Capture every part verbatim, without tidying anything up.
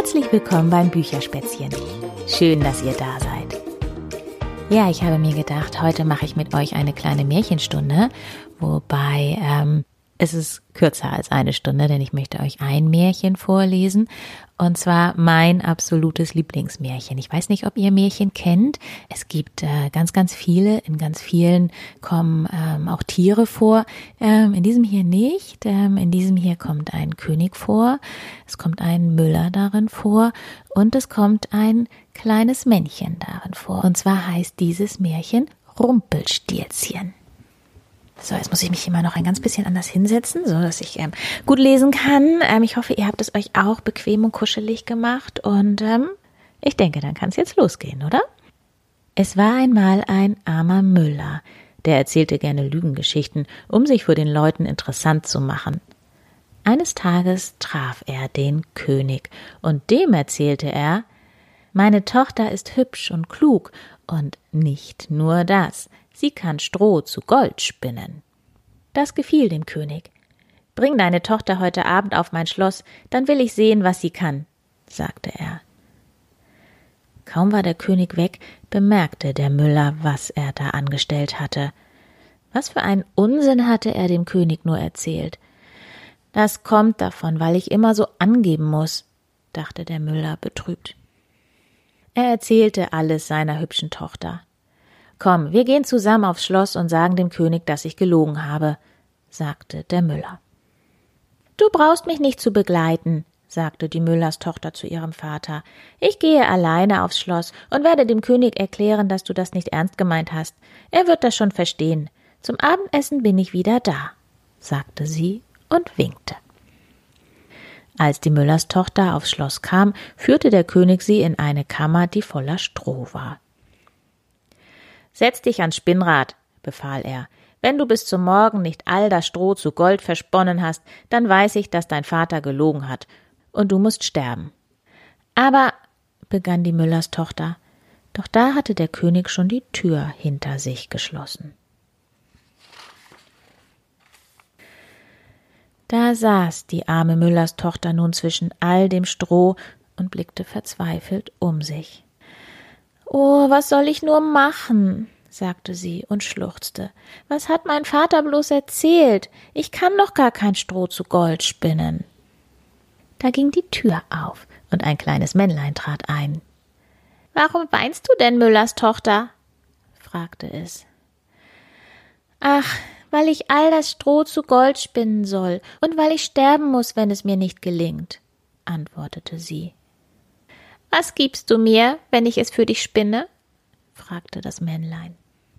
Herzlich willkommen beim Bücherspätzchen. Schön, dass ihr da seid. Ja, ich habe mir gedacht, heute mache ich mit euch eine kleine Märchenstunde, wobei ähm, es ist kürzer als eine Stunde, denn ich möchte euch ein Märchen vorlesen, und zwar mein absolutes Lieblingsmärchen. Ich weiß nicht, ob ihr Märchen kennt. Es gibt äh, ganz, ganz viele, in ganz vielen kommen ähm, auch Tiere vor. Ähm, in diesem hier nicht. Ähm, in diesem hier kommt ein König vor, es kommt ein Müller darin vor und es kommt ein kleines Männchen darin vor. Und zwar heißt dieses Märchen Rumpelstilzchen. So, jetzt muss ich mich immer noch ein ganz bisschen anders hinsetzen, so dass ich ähm, gut lesen kann. Ähm, ich hoffe, ihr habt es euch auch bequem und kuschelig gemacht und ähm, ich denke, dann kann es jetzt losgehen, oder? Es war einmal ein armer Müller, der erzählte gerne Lügengeschichten, um sich vor den Leuten interessant zu machen. Eines Tages traf er den König und dem erzählte er: Meine Tochter ist hübsch und klug und nicht nur das. Sie kann Stroh zu Gold spinnen. Das gefiel dem König. Bring deine Tochter heute Abend auf mein Schloss, dann will ich sehen, was sie kann, sagte er. Kaum war der König weg, bemerkte der Müller, was er da angestellt hatte. Was für einen Unsinn hatte er dem König nur erzählt. Das kommt davon, weil ich immer so angeben muss, dachte der Müller betrübt. Er erzählte alles seiner hübschen Tochter. Komm, wir gehen zusammen aufs Schloss und sagen dem König, dass ich gelogen habe, sagte der Müller. Du brauchst mich nicht zu begleiten, sagte die Müllerstochter zu ihrem Vater. Ich gehe alleine aufs Schloss und werde dem König erklären, dass du das nicht ernst gemeint hast. Er wird das schon verstehen. Zum Abendessen bin ich wieder da, sagte sie und winkte. Als die Müllerstochter aufs Schloss kam, führte der König sie in eine Kammer, die voller Stroh war. Setz dich ans Spinnrad, befahl er. Wenn du bis zum Morgen nicht all das Stroh zu Gold versponnen hast, dann weiß ich, dass dein Vater gelogen hat, und du musst sterben. Aber, begann die Müllerstochter, doch da hatte der König schon die Tür hinter sich geschlossen. Da saß die arme Müllerstochter nun zwischen all dem Stroh und blickte verzweifelt um sich. »Oh, was soll ich nur machen?«, sagte sie und schluchzte. »Was hat mein Vater bloß erzählt? Ich kann doch gar kein Stroh zu Gold spinnen.« Da ging die Tür auf und ein kleines Männlein trat ein. »Warum weinst du denn, Müllers Tochter?«, fragte es. »Ach, weil ich all das Stroh zu Gold spinnen soll und weil ich sterben muss, wenn es mir nicht gelingt«, antwortete sie. »Was gibst du mir, wenn ich es für dich spinne?«, fragte das Männlein.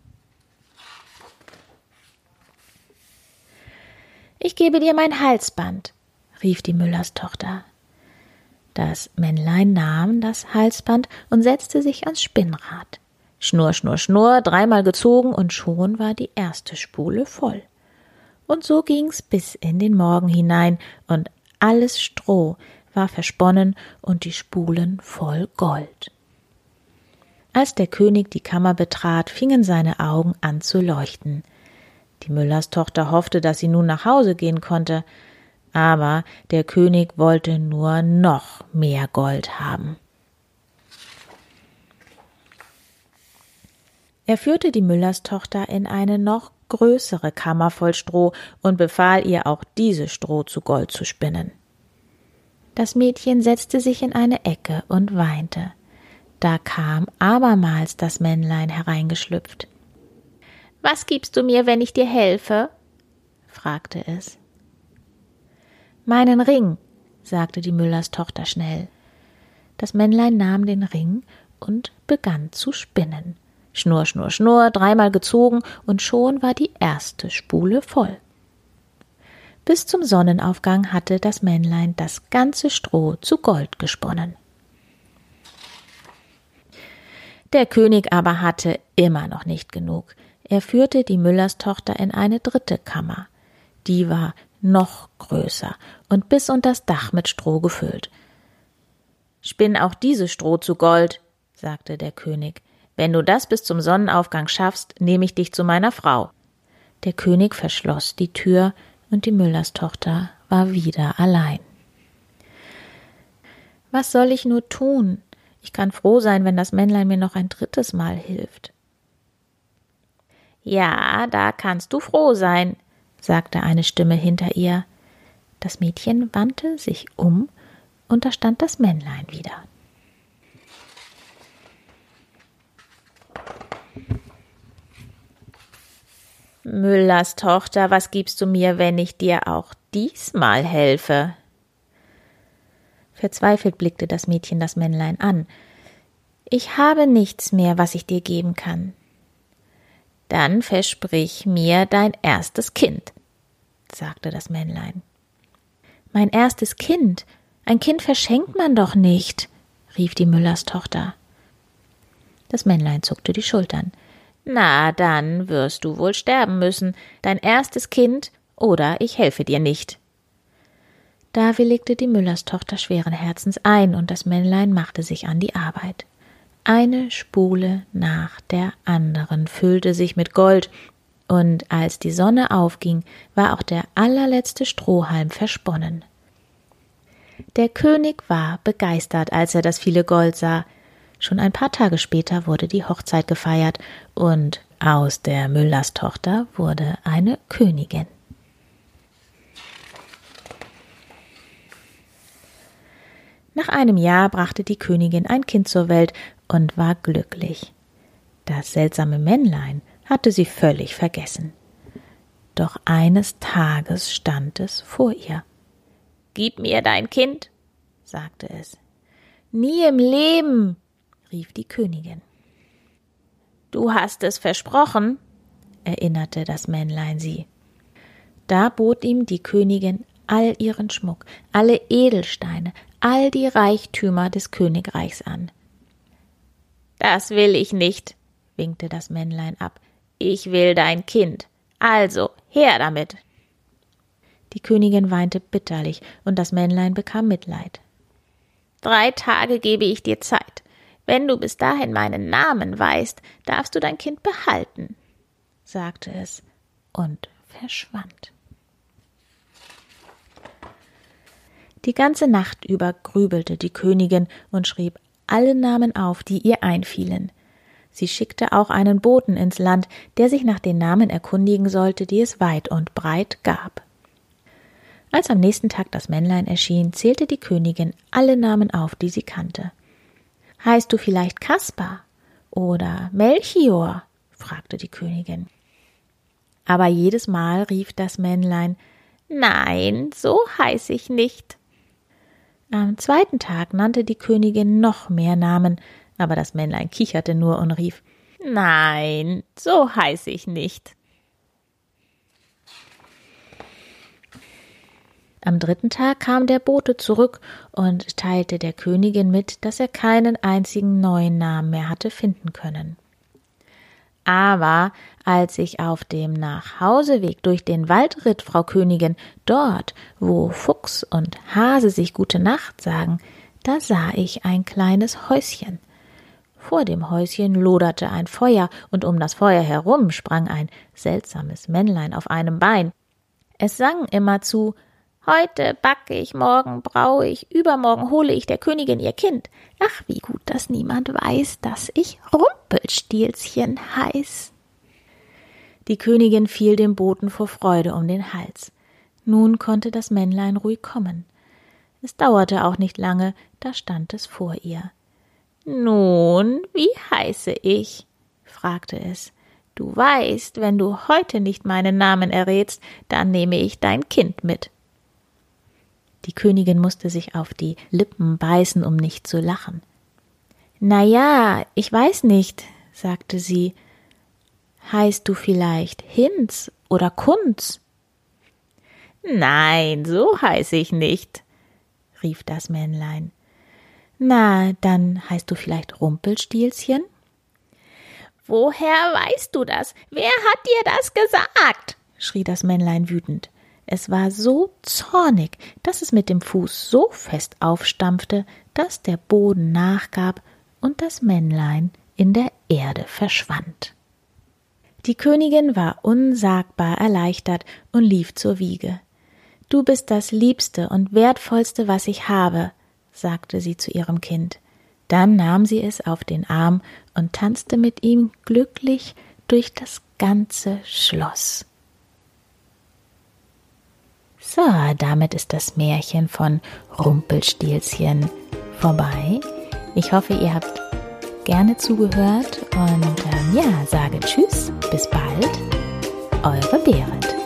»Ich gebe dir mein Halsband«, rief die Müllerstochter. Das Männlein nahm das Halsband und setzte sich ans Spinnrad. Schnurr, schnurr, schnurr, dreimal gezogen und schon war die erste Spule voll. Und so ging's bis in den Morgen hinein und alles Stroh war versponnen und die Spulen voll Gold. Als der König die Kammer betrat, fingen seine Augen an zu leuchten. Die Müllerstochter hoffte, dass sie nun nach Hause gehen konnte, aber der König wollte nur noch mehr Gold haben. Er führte die Müllerstochter in eine noch größere Kammer voll Stroh und befahl ihr, auch dieses Stroh zu Gold zu spinnen. Das Mädchen setzte sich in eine Ecke und weinte. Da kam abermals das Männlein hereingeschlüpft. »Was gibst du mir, wenn ich dir helfe?«, fragte es. »Meinen Ring«, sagte die Müllerstochter schnell. Das Männlein nahm den Ring und begann zu spinnen. Schnurr, schnurr, schnurr, dreimal gezogen und schon war die erste Spule voll. Bis zum Sonnenaufgang hatte das Männlein das ganze Stroh zu Gold gesponnen. Der König aber hatte immer noch nicht genug. Er führte die Müllerstochter in eine dritte Kammer. Die war noch größer und bis unter das Dach mit Stroh gefüllt. »Spinn auch dieses Stroh zu Gold«, sagte der König. »Wenn du das bis zum Sonnenaufgang schaffst, nehme ich dich zu meiner Frau.« Der König verschloss die Tür und die Müllerstochter war wieder allein. Was soll ich nur tun? Ich kann froh sein, wenn das Männlein mir noch ein drittes Mal hilft. Ja, da kannst du froh sein, sagte eine Stimme hinter ihr. Das Mädchen wandte sich um und da stand das Männlein wieder. Müllers Tochter, was gibst du mir, wenn ich dir auch diesmal helfe? Verzweifelt blickte das Mädchen das Männlein an. Ich habe nichts mehr, was ich dir geben kann. Dann versprich mir dein erstes Kind, sagte das Männlein. Mein erstes Kind? Ein Kind verschenkt man doch nicht, rief die Müllers Tochter. Das Männlein zuckte die Schultern. Na, dann wirst du wohl sterben müssen, dein erstes Kind, oder ich helfe dir nicht. Da willigte die Müllers Tochter schweren Herzens ein, und das Männlein machte sich an die Arbeit. Eine Spule nach der anderen füllte sich mit Gold, und als die Sonne aufging, war auch der allerletzte Strohhalm versponnen. Der König war begeistert, als er das viele Gold sah. Schon ein paar Tage später wurde die Hochzeit gefeiert, und aus der Müllers Tochter wurde eine Königin. Nach einem Jahr brachte die Königin ein Kind zur Welt und war glücklich. Das seltsame Männlein hatte sie völlig vergessen. Doch eines Tages stand es vor ihr. »Gib mir dein Kind«, sagte es. »Nie im Leben«, rief die Königin. »Du hast es versprochen«, erinnerte das Männlein sie. Da bot ihm die Königin all ihren Schmuck, alle Edelsteine, all die Reichtümer des Königreichs an. »Das will ich nicht«, winkte das Männlein ab. »Ich will dein Kind. Also, her damit!« Die Königin weinte bitterlich, und das Männlein bekam Mitleid. »Drei Tage gebe ich dir Zeit. Wenn du bis dahin meinen Namen weißt, darfst du dein Kind behalten«, sagte es und verschwand. Die ganze Nacht über grübelte die Königin und schrieb alle Namen auf, die ihr einfielen. Sie schickte auch einen Boten ins Land, der sich nach den Namen erkundigen sollte, die es weit und breit gab. Als am nächsten Tag das Männlein erschien, zählte die Königin alle Namen auf, die sie kannte. »Heißt du vielleicht Kaspar oder Melchior?« fragte die Königin. Aber jedes Mal rief das Männlein, »Nein, so heiß ich nicht.« Am zweiten Tag nannte die Königin noch mehr Namen, aber das Männlein kicherte nur und rief, »Nein, so heiß ich nicht.« Am dritten Tag kam der Bote zurück und teilte der Königin mit, dass er keinen einzigen neuen Namen mehr hatte finden können. Aber als ich auf dem Nachhauseweg durch den Wald ritt, Frau Königin, dort, wo Fuchs und Hase sich gute Nacht sagen, da sah ich ein kleines Häuschen. Vor dem Häuschen loderte ein Feuer, und um das Feuer herum sprang ein seltsames Männlein auf einem Bein. Es sang immerzu, »Heute backe ich, morgen braue ich, übermorgen hole ich der Königin ihr Kind. Ach, wie gut, dass niemand weiß, dass ich Rumpelstilzchen heiß.« Die Königin fiel dem Boten vor Freude um den Hals. Nun konnte das Männlein ruhig kommen. Es dauerte auch nicht lange, da stand es vor ihr. »Nun, wie heiße ich?« fragte es. »Du weißt, wenn du heute nicht meinen Namen errätst, dann nehme ich dein Kind mit.« Die Königin musste sich auf die Lippen beißen, um nicht zu lachen. »Na ja, ich weiß nicht«, sagte sie. »Heißt du vielleicht Hinz oder Kunz?« »Nein, so heiße ich nicht«, rief das Männlein. »Na, dann heißt du vielleicht Rumpelstilzchen?« »Woher weißt du das? Wer hat dir das gesagt?« schrie das Männlein wütend. Es war so zornig, dass es mit dem Fuß so fest aufstampfte, dass der Boden nachgab und das Männlein in der Erde verschwand. Die Königin war unsagbar erleichtert und lief zur Wiege. »Du bist das Liebste und Wertvollste, was ich habe«, sagte sie zu ihrem Kind. Dann nahm sie es auf den Arm und tanzte mit ihm glücklich durch das ganze Schloss. So, damit ist das Märchen von Rumpelstilzchen vorbei. Ich hoffe, ihr habt gerne zugehört und ähm, ja, sage Tschüss, bis bald, eure Berit.